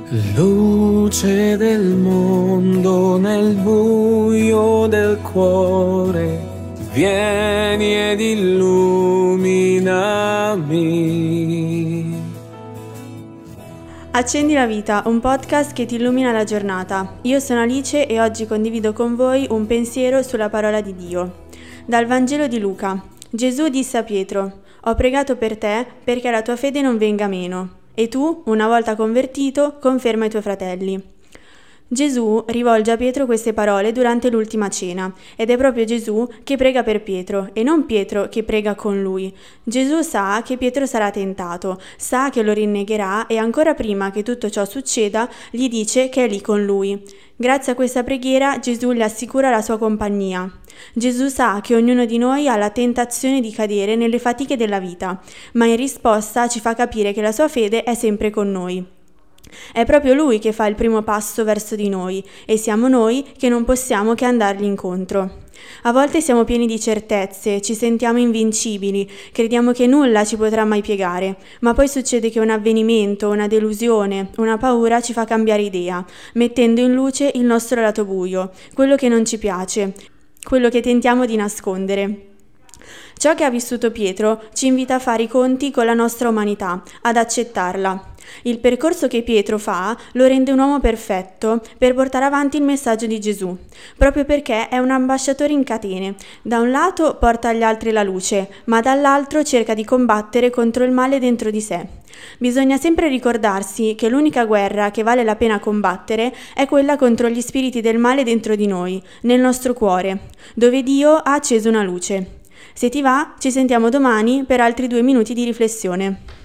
Luce del mondo nel buio del cuore, vieni ed illuminami. Accendi la vita, un podcast che ti illumina la giornata. Io sono Alice e oggi condivido con voi un pensiero sulla parola di Dio. Dal Vangelo di Luca. Gesù disse a Pietro: «Ho pregato per te perché la tua fede non venga meno. E tu, una volta convertito, conferma i tuoi fratelli». Gesù rivolge a Pietro queste parole durante l'ultima cena ed è proprio Gesù che prega per Pietro e non Pietro che prega con lui. Gesù sa che Pietro sarà tentato, sa che lo rinnegherà e ancora prima che tutto ciò succeda gli dice che è lì con lui. Grazie a questa preghiera Gesù le assicura la sua compagnia. Gesù sa che ognuno di noi ha la tentazione di cadere nelle fatiche della vita, ma in risposta ci fa capire che la sua fede è sempre con noi. È proprio Lui che fa il primo passo verso di noi e siamo noi che non possiamo che andargli incontro. A volte siamo pieni di certezze, ci sentiamo invincibili, crediamo che nulla ci potrà mai piegare, ma poi succede che un avvenimento, una delusione, una paura ci fa cambiare idea, mettendo in luce il nostro lato buio, quello che non ci piace, quello che tentiamo di nascondere. Ciò che ha vissuto Pietro ci invita a fare i conti con la nostra umanità, ad accettarla. Il percorso che Pietro fa lo rende un uomo perfetto per portare avanti il messaggio di Gesù, proprio perché è un ambasciatore in catene. Da un lato porta agli altri la luce, ma dall'altro cerca di combattere contro il male dentro di sé. Bisogna sempre ricordarsi che l'unica guerra che vale la pena combattere è quella contro gli spiriti del male dentro di noi, nel nostro cuore, dove Dio ha acceso una luce. Se ti va, ci sentiamo domani per altri 2 minuti di riflessione.